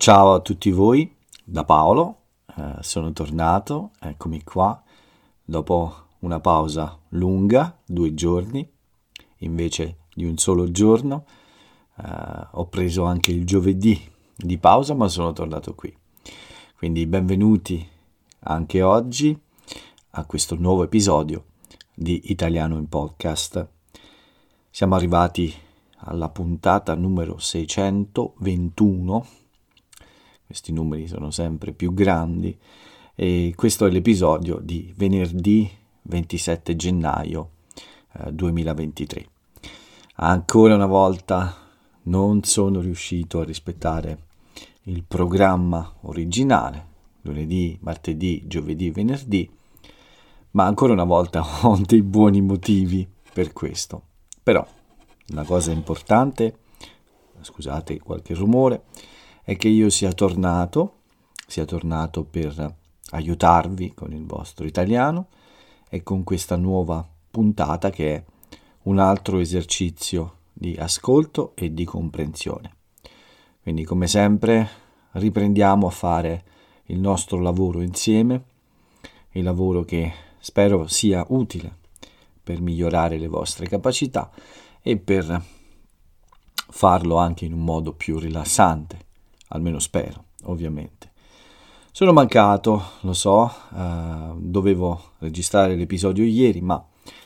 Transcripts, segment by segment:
Ciao a tutti voi, da Paolo, sono tornato, eccomi qua, dopo una pausa lunga, 2 giorni, invece di un solo giorno. Ho preso anche il giovedì di pausa, ma sono tornato qui. Quindi benvenuti anche oggi a questo nuovo episodio di Italiano in Podcast. Siamo arrivati alla puntata numero 621. Questi numeri sono sempre più grandi e questo è l'episodio di venerdì 27 gennaio 2023. Ancora una volta non sono riuscito a rispettare il programma originale, lunedì, martedì, giovedì, venerdì, ma ancora una volta ho dei buoni motivi per questo. Però la cosa importante, scusate qualche rumore, è che io sia tornato per aiutarvi con il vostro italiano e con questa nuova puntata che è un altro esercizio di ascolto e di comprensione. Quindi come sempre riprendiamo a fare il nostro lavoro insieme, il lavoro che spero sia utile per migliorare le vostre capacità e per farlo anche in un modo più rilassante. Almeno spero, ovviamente. Sono mancato, lo so, dovevo registrare l'episodio ieri, ma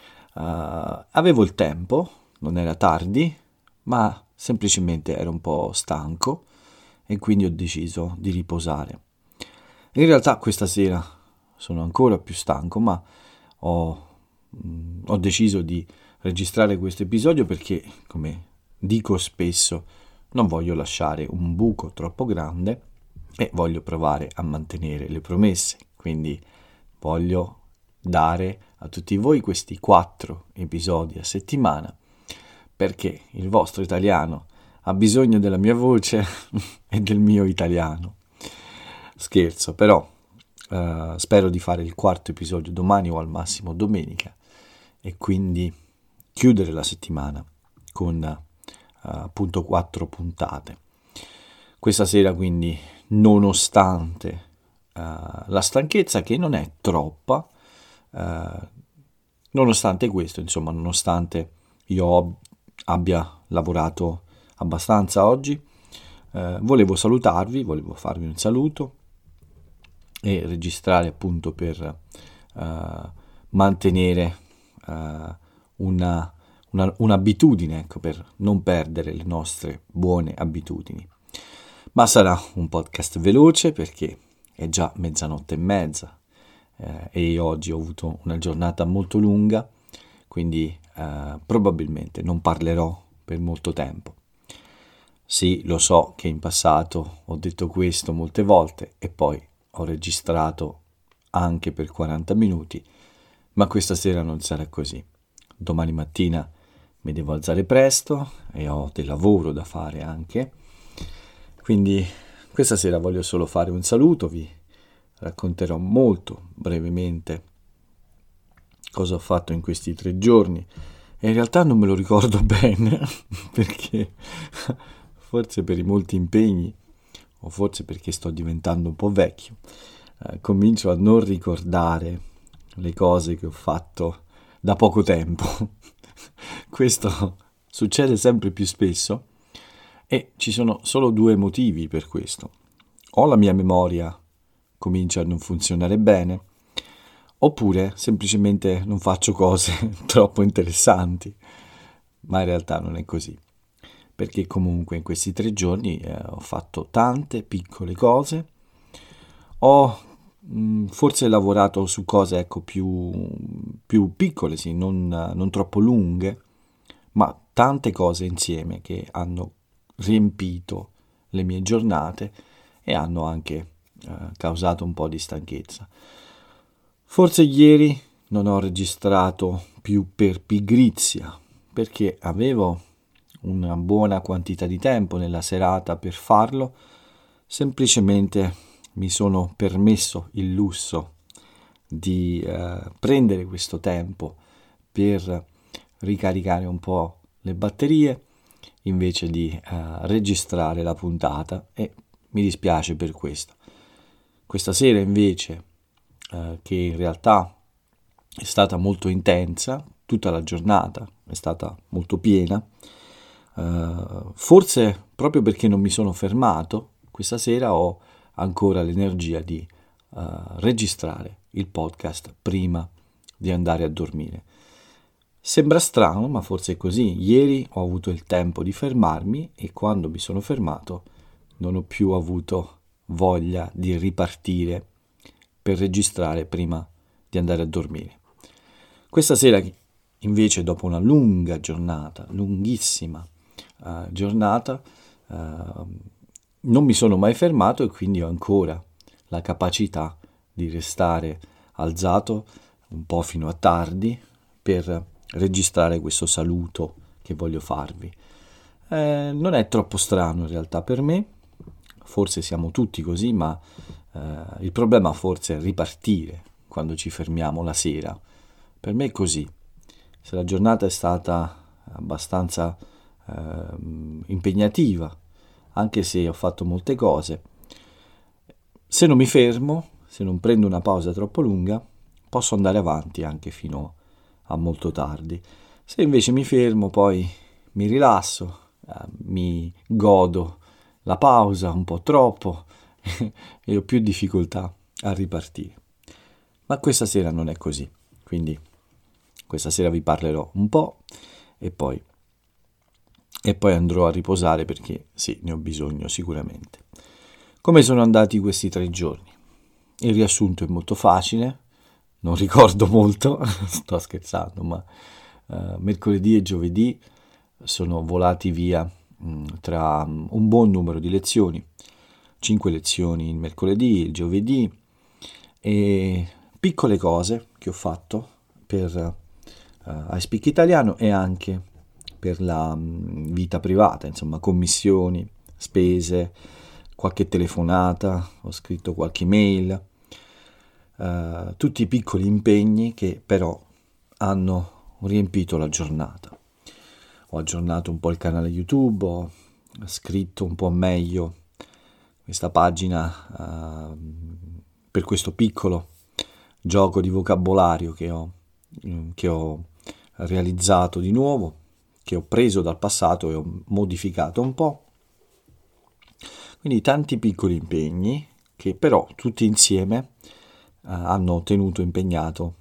avevo il tempo, non era tardi, ma semplicemente ero un po' stanco e quindi ho deciso di riposare. In realtà questa sera sono ancora più stanco, ma ho deciso di registrare questo episodio perché, come dico spesso, non voglio lasciare un buco troppo grande e voglio provare a mantenere le promesse. Quindi voglio dare a tutti voi questi 4 episodi a settimana perché il vostro italiano ha bisogno della mia voce e del mio italiano. Scherzo, però spero di fare il 4º episodio domani o al massimo domenica e quindi chiudere la settimana con appunto 4 puntate. Questa sera quindi, nonostante la stanchezza che non è troppa, nonostante questo, insomma, nonostante io abbia lavorato abbastanza oggi, volevo salutarvi, volevo farvi un saluto e registrare appunto per mantenere un'abitudine, ecco, per non perdere le nostre buone abitudini. Ma sarà un podcast veloce perché è già 00:30 e oggi ho avuto una giornata molto lunga, quindi probabilmente non parlerò per molto tempo. Sì, lo so che in passato ho detto questo molte volte e poi ho registrato anche per 40 minuti, ma questa sera non sarà così. Domani mattina mi devo alzare presto e ho del lavoro da fare anche, quindi questa sera voglio solo fare un saluto, vi racconterò molto brevemente cosa ho fatto in questi 3 giorni e in realtà non me lo ricordo bene perché forse per i molti impegni o forse perché sto diventando un po' vecchio, comincio a non ricordare le cose che ho fatto da poco tempo. Questo succede sempre più spesso e ci sono solo 2 motivi per questo. O la mia memoria comincia a non funzionare bene, oppure semplicemente non faccio cose troppo interessanti. Ma in realtà non è così, perché comunque in questi 3 giorni ho fatto tante piccole cose, ho forse lavorato su cose ecco più piccole, sì, non troppo lunghe, ma tante cose insieme che hanno riempito le mie giornate e hanno anche causato un po' di stanchezza. Forse ieri non ho registrato più per pigrizia, perché avevo una buona quantità di tempo nella serata per farlo, semplicemente mi sono permesso il lusso di prendere questo tempo per ricaricare un po' le batterie invece di registrare la puntata e mi dispiace per questo. Questa sera invece, che in realtà è stata molto intensa, tutta la giornata è stata molto piena, forse proprio perché non mi sono fermato, questa sera ho ancora l'energia di registrare il podcast prima di andare a dormire. Sembra strano, ma forse è così. Ieri ho avuto il tempo di fermarmi e quando mi sono fermato non ho più avuto voglia di ripartire per registrare prima di andare a dormire. Questa sera invece, dopo una lunga giornata, lunghissima giornata, non mi sono mai fermato e quindi ho ancora la capacità di restare alzato un po' fino a tardi per registrare questo saluto che voglio farvi. Non è troppo strano in realtà per me, forse siamo tutti così, ma il problema forse è ripartire quando ci fermiamo la sera. Per me è così. Se la giornata è stata abbastanza impegnativa, anche se ho fatto molte cose, se non mi fermo, se non prendo una pausa troppo lunga, posso andare avanti anche fino a molto tardi. Se invece mi fermo, poi mi rilasso, mi godo la pausa un po' troppo e ho più difficoltà a ripartire. Ma questa sera non è così, quindi questa sera vi parlerò un po' e poi andrò a riposare perché sì, ne ho bisogno sicuramente. Come sono andati questi 3 giorni? Il riassunto è molto facile, non ricordo molto, sto scherzando, ma mercoledì e giovedì sono volati via tra un buon numero di lezioni, 5 lezioni il mercoledì, il giovedì, e piccole cose che ho fatto per iSpeak Italiano e anche per la vita privata, insomma commissioni, spese, qualche telefonata, ho scritto qualche mail, tutti piccoli impegni che però hanno riempito la giornata. Ho aggiornato un po' il canale YouTube, ho scritto un po' meglio questa pagina per questo piccolo gioco di vocabolario che ho realizzato di nuovo, che ho preso dal passato e ho modificato un po'. Quindi tanti piccoli impegni che però tutti insieme mi hanno tenuto impegnato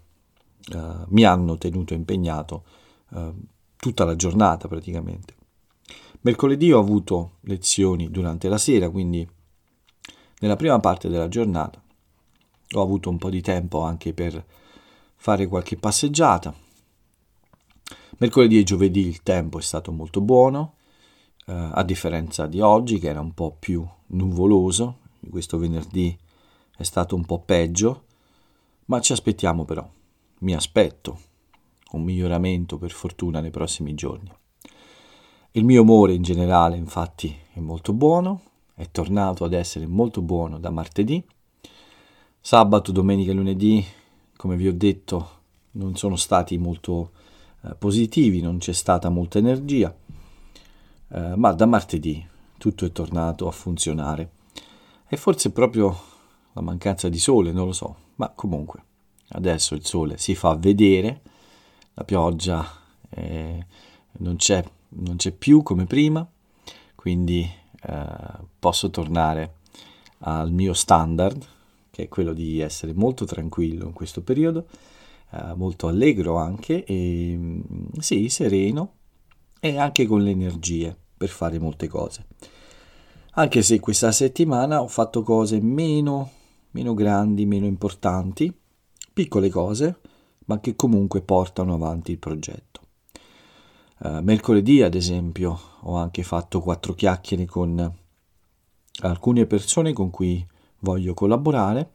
tutta la giornata praticamente. Mercoledì ho avuto lezioni durante la sera, quindi nella prima parte della giornata ho avuto un po' di tempo anche per fare qualche passeggiata. Mercoledì e giovedì il tempo è stato molto buono, a differenza di oggi che era un po' più nuvoloso. Questo venerdì è stato un po' peggio, ma ci aspettiamo però, mi aspetto un miglioramento per fortuna nei prossimi giorni. Il mio umore in generale infatti è molto buono, è tornato ad essere molto buono da martedì. Sabato, domenica e lunedì, come vi ho detto, non sono stati molto positivi, non c'è stata molta energia, ma da martedì tutto è tornato a funzionare. E forse proprio la mancanza di sole, non lo so, ma comunque adesso il sole si fa vedere, la pioggia non c'è più come prima, quindi posso tornare al mio standard, che è quello di essere molto tranquillo in questo periodo, molto allegro anche, e sì, sereno, e anche con le energie per fare molte cose. Anche se questa settimana ho fatto cose meno grandi, meno importanti, piccole cose, ma che comunque portano avanti il progetto. Mercoledì, ad esempio, ho anche fatto 4 chiacchiere con alcune persone con cui voglio collaborare.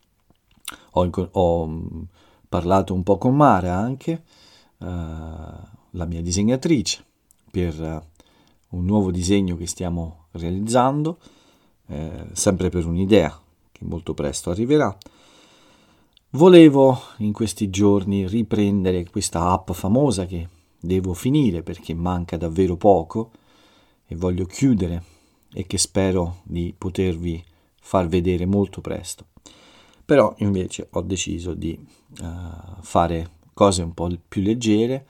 Ho parlato un po' con Mara anche, la mia disegnatrice, per un nuovo disegno che stiamo realizzando, sempre per un'idea che molto presto arriverà. Volevo in questi giorni riprendere questa app famosa che devo finire perché manca davvero poco e voglio chiudere e che spero di potervi far vedere molto presto. Però invece ho deciso di fare cose un po' più leggere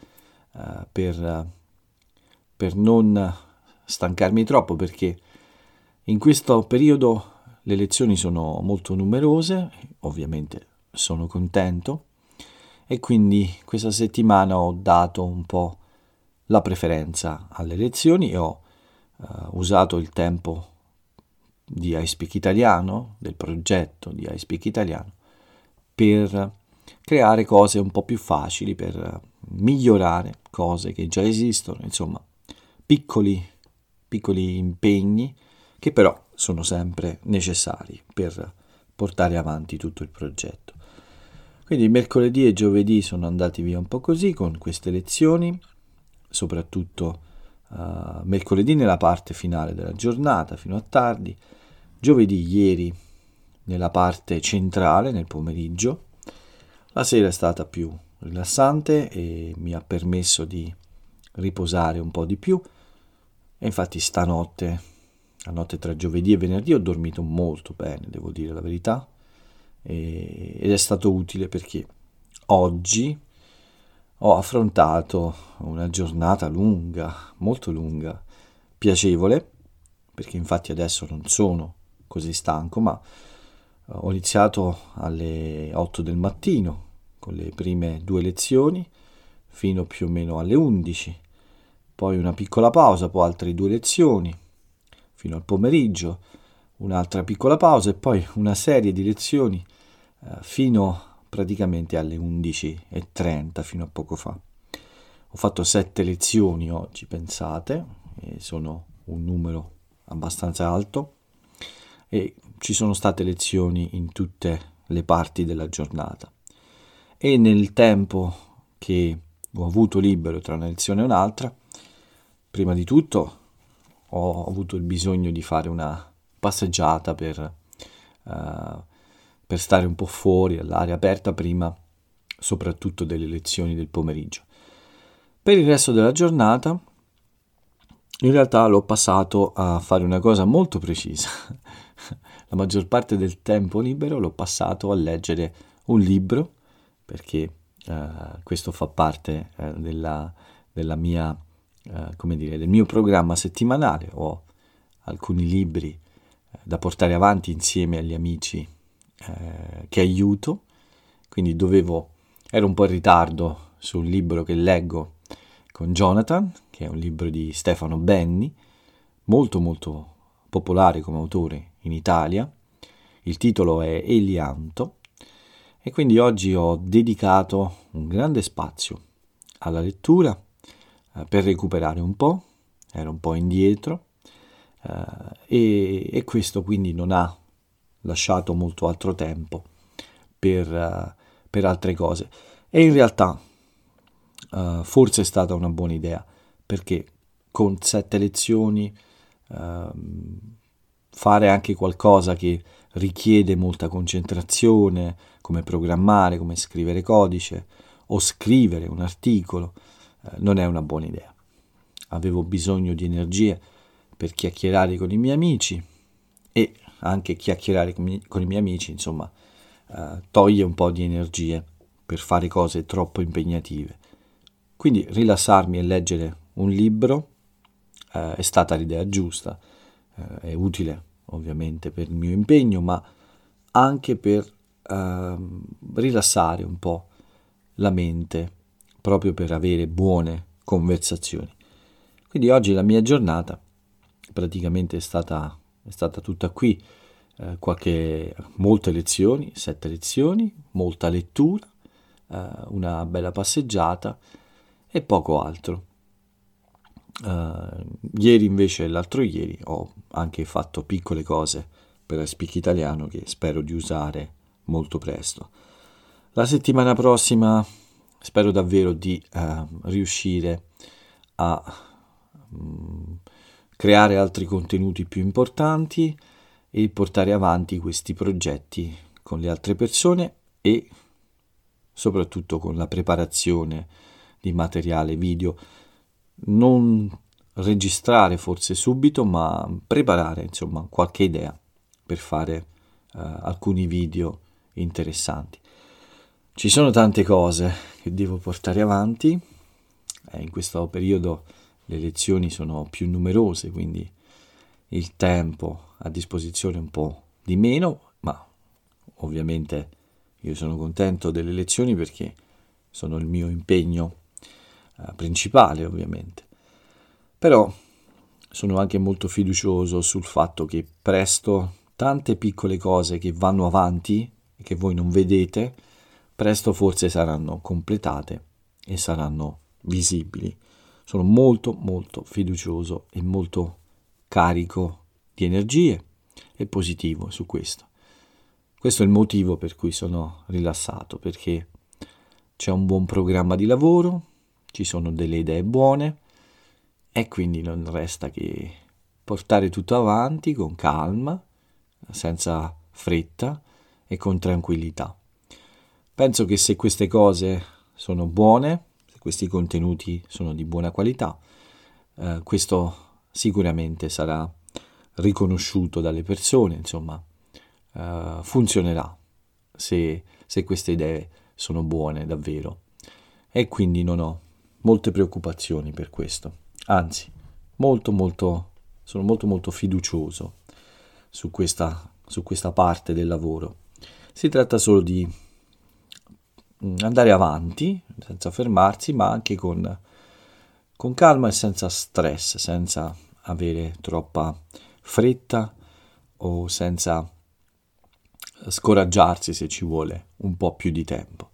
per non stancarmi troppo, perché in questo periodo le lezioni sono molto numerose, ovviamente sono contento, e quindi questa settimana ho dato un po' la preferenza alle lezioni e ho usato il tempo di iSpeak Italiano, del progetto di iSpeak Italiano, per creare cose un po' più facili, per migliorare cose che già esistono, insomma, piccoli impegni che però sono sempre necessari per portare avanti tutto il progetto. Quindi mercoledì e giovedì sono andati via un po' così con queste lezioni, soprattutto mercoledì nella parte finale della giornata fino a tardi, giovedì ieri nella parte centrale nel pomeriggio. La sera è stata più rilassante e mi ha permesso di riposare un po' di più, e infatti stanotte, la notte tra giovedì e venerdì, ho dormito molto bene, devo dire la verità, ed è stato utile perché oggi ho affrontato una giornata lunga, molto lunga, piacevole, perché infatti adesso non sono così stanco, ma ho iniziato alle 8 del mattino con le prime 2 lezioni fino più o meno alle 11, poi una piccola pausa, poi altre 2 lezioni fino al pomeriggio, un'altra piccola pausa e poi una serie di lezioni fino praticamente alle 11:30, fino a poco fa. Ho fatto 7 lezioni oggi, pensate, e sono un numero abbastanza alto, e ci sono state lezioni in tutte le parti della giornata. E nel tempo che ho avuto libero tra una lezione e un'altra, prima di tutto ho avuto il bisogno di fare una passeggiata per stare un po' fuori all'aria aperta prima, soprattutto delle lezioni del pomeriggio. Per il resto della giornata, in realtà l'ho passato a fare una cosa molto precisa. La maggior parte del tempo libero l'ho passato a leggere un libro, perché questo fa parte della mia, come dire, del mio programma settimanale. Ho alcuni libri da portare avanti insieme agli amici che aiuto, quindi ero un po' in ritardo sul libro che leggo con Jonathan, che è un libro di Stefano Benni, molto molto popolare come autore in Italia. Il titolo è Elianto, e quindi oggi ho dedicato un grande spazio alla lettura per recuperare un po', ero un po' indietro, e questo quindi non ha lasciato molto altro tempo per altre cose. E in realtà forse è stata una buona idea, perché con 7 lezioni fare anche qualcosa che richiede molta concentrazione, come programmare, come scrivere codice o scrivere un articolo, non è una buona idea. Avevo bisogno di energie per chiacchierare con i miei amici, e anche chiacchierare con i miei amici, insomma, toglie un po' di energie per fare cose troppo impegnative. Quindi rilassarmi e leggere un libro è stata l'idea giusta, è utile ovviamente per il mio impegno, ma anche per rilassare un po' la mente, proprio per avere buone conversazioni. Quindi oggi la mia giornata praticamente è stata tutta qui, molte lezioni, 7 lezioni, molta lettura, una bella passeggiata e poco altro. Ieri invece, l'altro ieri, ho anche fatto piccole cose per iSpeak Italiano che spero di usare molto presto. La settimana prossima spero davvero di riuscire a creare altri contenuti più importanti e portare avanti questi progetti con le altre persone, e soprattutto con la preparazione di materiale video non registrare forse subito, ma preparare insomma qualche idea per fare alcuni video interessanti. Ci sono tante cose che devo portare avanti, in questo periodo le lezioni sono più numerose, quindi il tempo a disposizione è un po' di meno, ma ovviamente io sono contento delle lezioni perché sono il mio impegno principale, ovviamente. Però sono anche molto fiducioso sul fatto che presto tante piccole cose che vanno avanti e che voi non vedete, presto forse saranno completate e saranno visibili. Sono molto molto fiducioso e molto carico di energie e positivo su questo. Questo è il motivo per cui sono rilassato, perché c'è un buon programma di lavoro, ci sono delle idee buone e quindi non resta che portare tutto avanti con calma, senza fretta e con tranquillità. Penso che se queste cose sono buone, se questi contenuti sono di buona qualità, questo sicuramente sarà riconosciuto dalle persone, insomma, funzionerà se queste idee sono buone davvero. E quindi non ho molte preoccupazioni per questo. Anzi, sono molto fiducioso su questa parte del lavoro. Si tratta solo di andare avanti senza fermarsi, ma anche con calma e senza stress, senza avere troppa fretta o senza scoraggiarsi se ci vuole un po' più di tempo.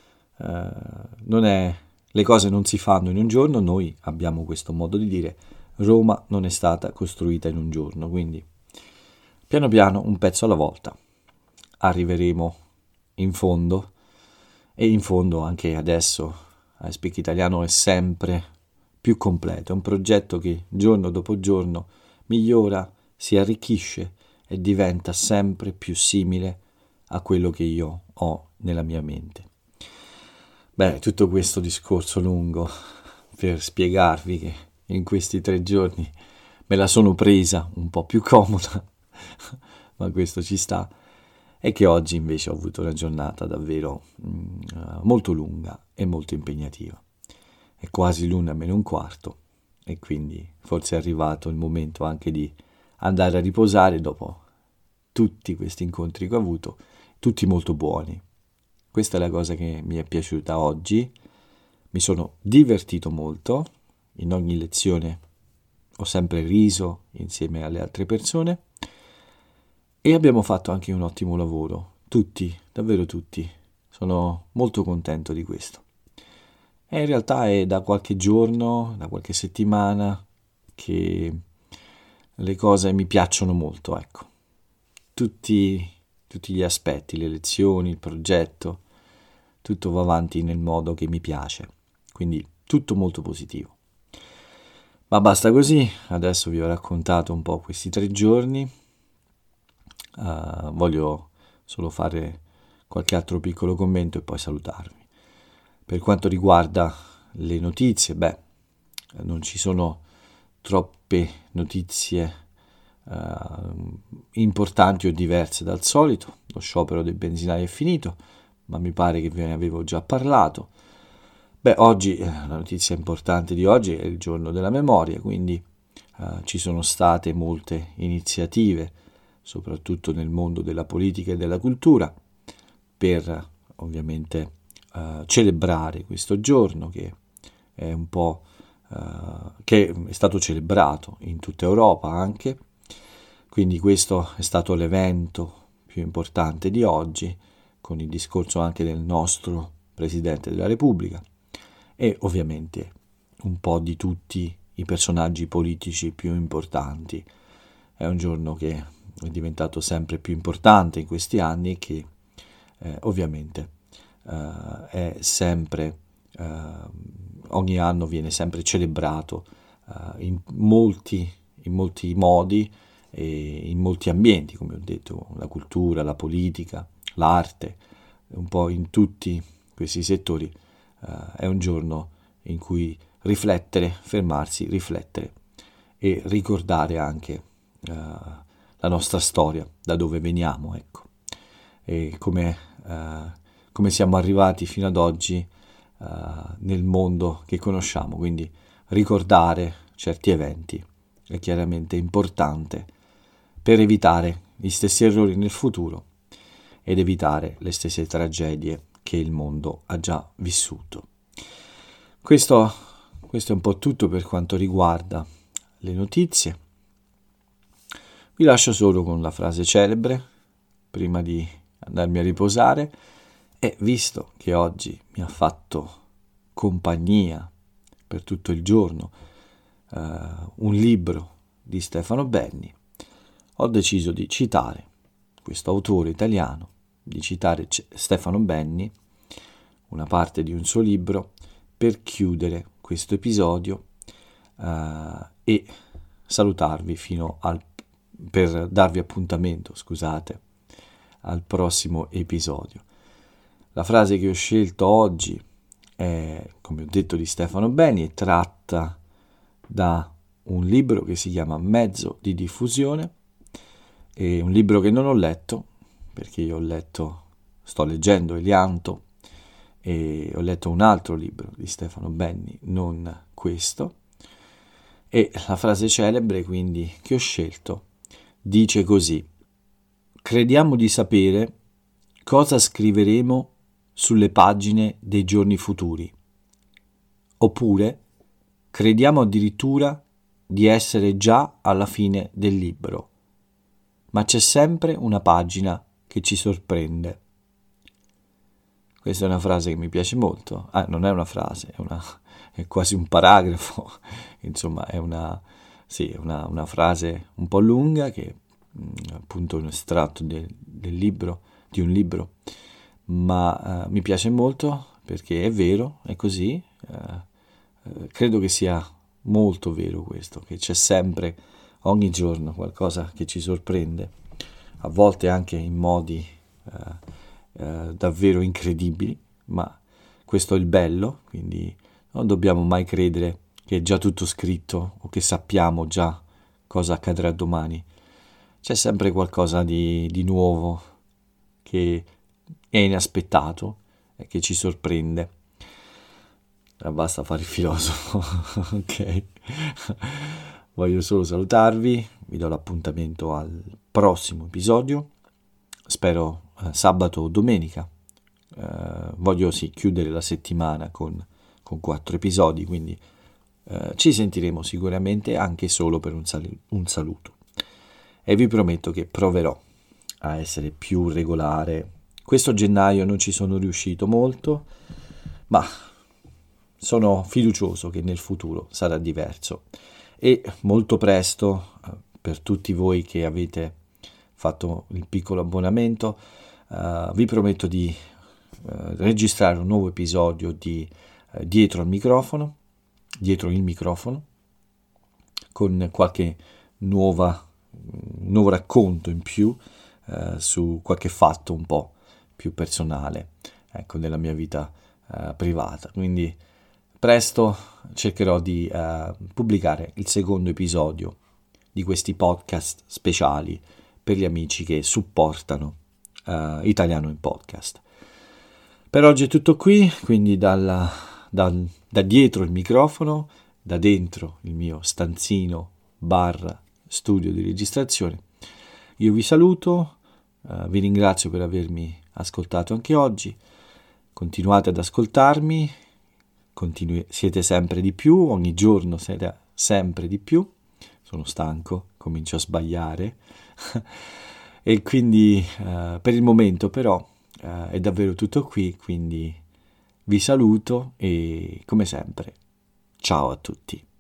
Le cose non si fanno in un giorno, noi abbiamo questo modo di dire, Roma non è stata costruita in un giorno, quindi piano piano, un pezzo alla volta, arriveremo in fondo. E in fondo anche adesso iSpeak Italiano è sempre più completo, è un progetto che giorno dopo giorno migliora, si arricchisce e diventa sempre più simile a quello che io ho nella mia mente. Beh, tutto questo discorso lungo per spiegarvi che in questi 3 giorni me la sono presa un po' più comoda, ma questo ci sta. E che oggi invece ho avuto una giornata davvero molto lunga e molto impegnativa. È quasi l'1:45 e quindi forse è arrivato il momento anche di andare a riposare dopo tutti questi incontri che ho avuto, tutti molto buoni. Questa è la cosa che mi è piaciuta oggi, mi sono divertito molto, in ogni lezione ho sempre riso insieme alle altre persone. E abbiamo fatto anche un ottimo lavoro, tutti, davvero tutti. Sono molto contento di questo. E in realtà è da qualche giorno, da qualche settimana, che le cose mi piacciono molto, ecco. Tutti gli aspetti, le lezioni, il progetto, tutto va avanti nel modo che mi piace. Quindi tutto molto positivo. Ma basta così, adesso vi ho raccontato un po' questi 3 giorni. Voglio solo fare qualche altro piccolo commento e poi salutarvi. Per quanto riguarda le notizie, non ci sono troppe notizie importanti o diverse dal solito. Lo sciopero dei benzinai è finito, ma mi pare che ve ne avevo già parlato. Oggi la notizia importante di oggi è il giorno della memoria, quindi ci sono state molte iniziative soprattutto nel mondo della politica e della cultura, per ovviamente celebrare questo giorno che è un po' che è stato celebrato in tutta Europa anche, quindi questo è stato l'evento più importante di oggi, con il discorso anche del nostro Presidente della Repubblica e ovviamente un po' di tutti i personaggi politici più importanti. È un giorno che è diventato sempre più importante in questi anni, che ovviamente è sempre ogni anno viene sempre celebrato in molti modi e in molti ambienti, come ho detto, la cultura, la politica, l'arte, un po' in tutti questi settori. È un giorno in cui riflettere, fermarsi, riflettere e ricordare anche la nostra storia, da dove veniamo, ecco, e come siamo arrivati fino ad oggi nel mondo che conosciamo. Quindi ricordare certi eventi è chiaramente importante per evitare gli stessi errori nel futuro ed evitare le stesse tragedie che il mondo ha già vissuto. Questo è un po' tutto per quanto riguarda le notizie. Vi lascio solo con la frase celebre prima di andarmi a riposare, e visto che oggi mi ha fatto compagnia per tutto il giorno un libro di Stefano Benni, ho deciso di citare questo autore italiano, di citare Stefano Benni, una parte di un suo libro, per chiudere questo episodio e salutarvi per darvi appuntamento, scusate, al prossimo episodio. La frase che ho scelto oggi è, come ho detto, di Stefano Benni, è tratta da un libro che si chiama Mezzo di diffusione, è un libro che non ho letto, perché io sto leggendo Elianto, e ho letto un altro libro di Stefano Benni, non questo, e la frase celebre quindi che ho scelto dice così: crediamo di sapere cosa scriveremo sulle pagine dei giorni futuri, oppure crediamo addirittura di essere già alla fine del libro, ma c'è sempre una pagina che ci sorprende. Questa è una frase che mi piace molto. Non è una frase, è quasi un paragrafo. Insomma, è una frase un po' lunga che appunto è un estratto di un libro, ma mi piace molto perché è vero, è così. Credo che sia molto vero questo, che c'è sempre, ogni giorno, qualcosa che ci sorprende, a volte anche in modi davvero incredibili, ma questo è il bello, quindi non dobbiamo mai credere che è già tutto scritto o che sappiamo già cosa accadrà domani. C'è sempre qualcosa di nuovo che è inaspettato e che ci sorprende. Basta fare il filosofo. Ok. Voglio solo salutarvi, vi do l'appuntamento al prossimo episodio, spero sabato o domenica. Voglio chiudere la settimana con 4 episodi, quindi ci sentiremo sicuramente anche solo per un saluto, e vi prometto che proverò a essere più regolare. Questo gennaio non ci sono riuscito molto, ma sono fiducioso che nel futuro sarà diverso, e molto presto, per tutti voi che avete fatto il piccolo abbonamento, vi prometto di registrare un nuovo episodio di dietro il microfono, con qualche nuovo racconto in più su qualche fatto un po' più personale, ecco, della mia vita privata. Quindi presto cercherò di pubblicare il secondo episodio di questi podcast speciali per gli amici che supportano Italiano in Podcast. Per oggi è tutto qui, quindi da dietro il microfono, da dentro il mio stanzino / studio di registrazione, io vi saluto, vi ringrazio per avermi ascoltato anche oggi, continuate ad ascoltarmi, siete sempre di più, ogni giorno siete sempre di più. Sono stanco, comincio a sbagliare e quindi per il momento però è davvero tutto qui, quindi vi saluto e come sempre ciao a tutti.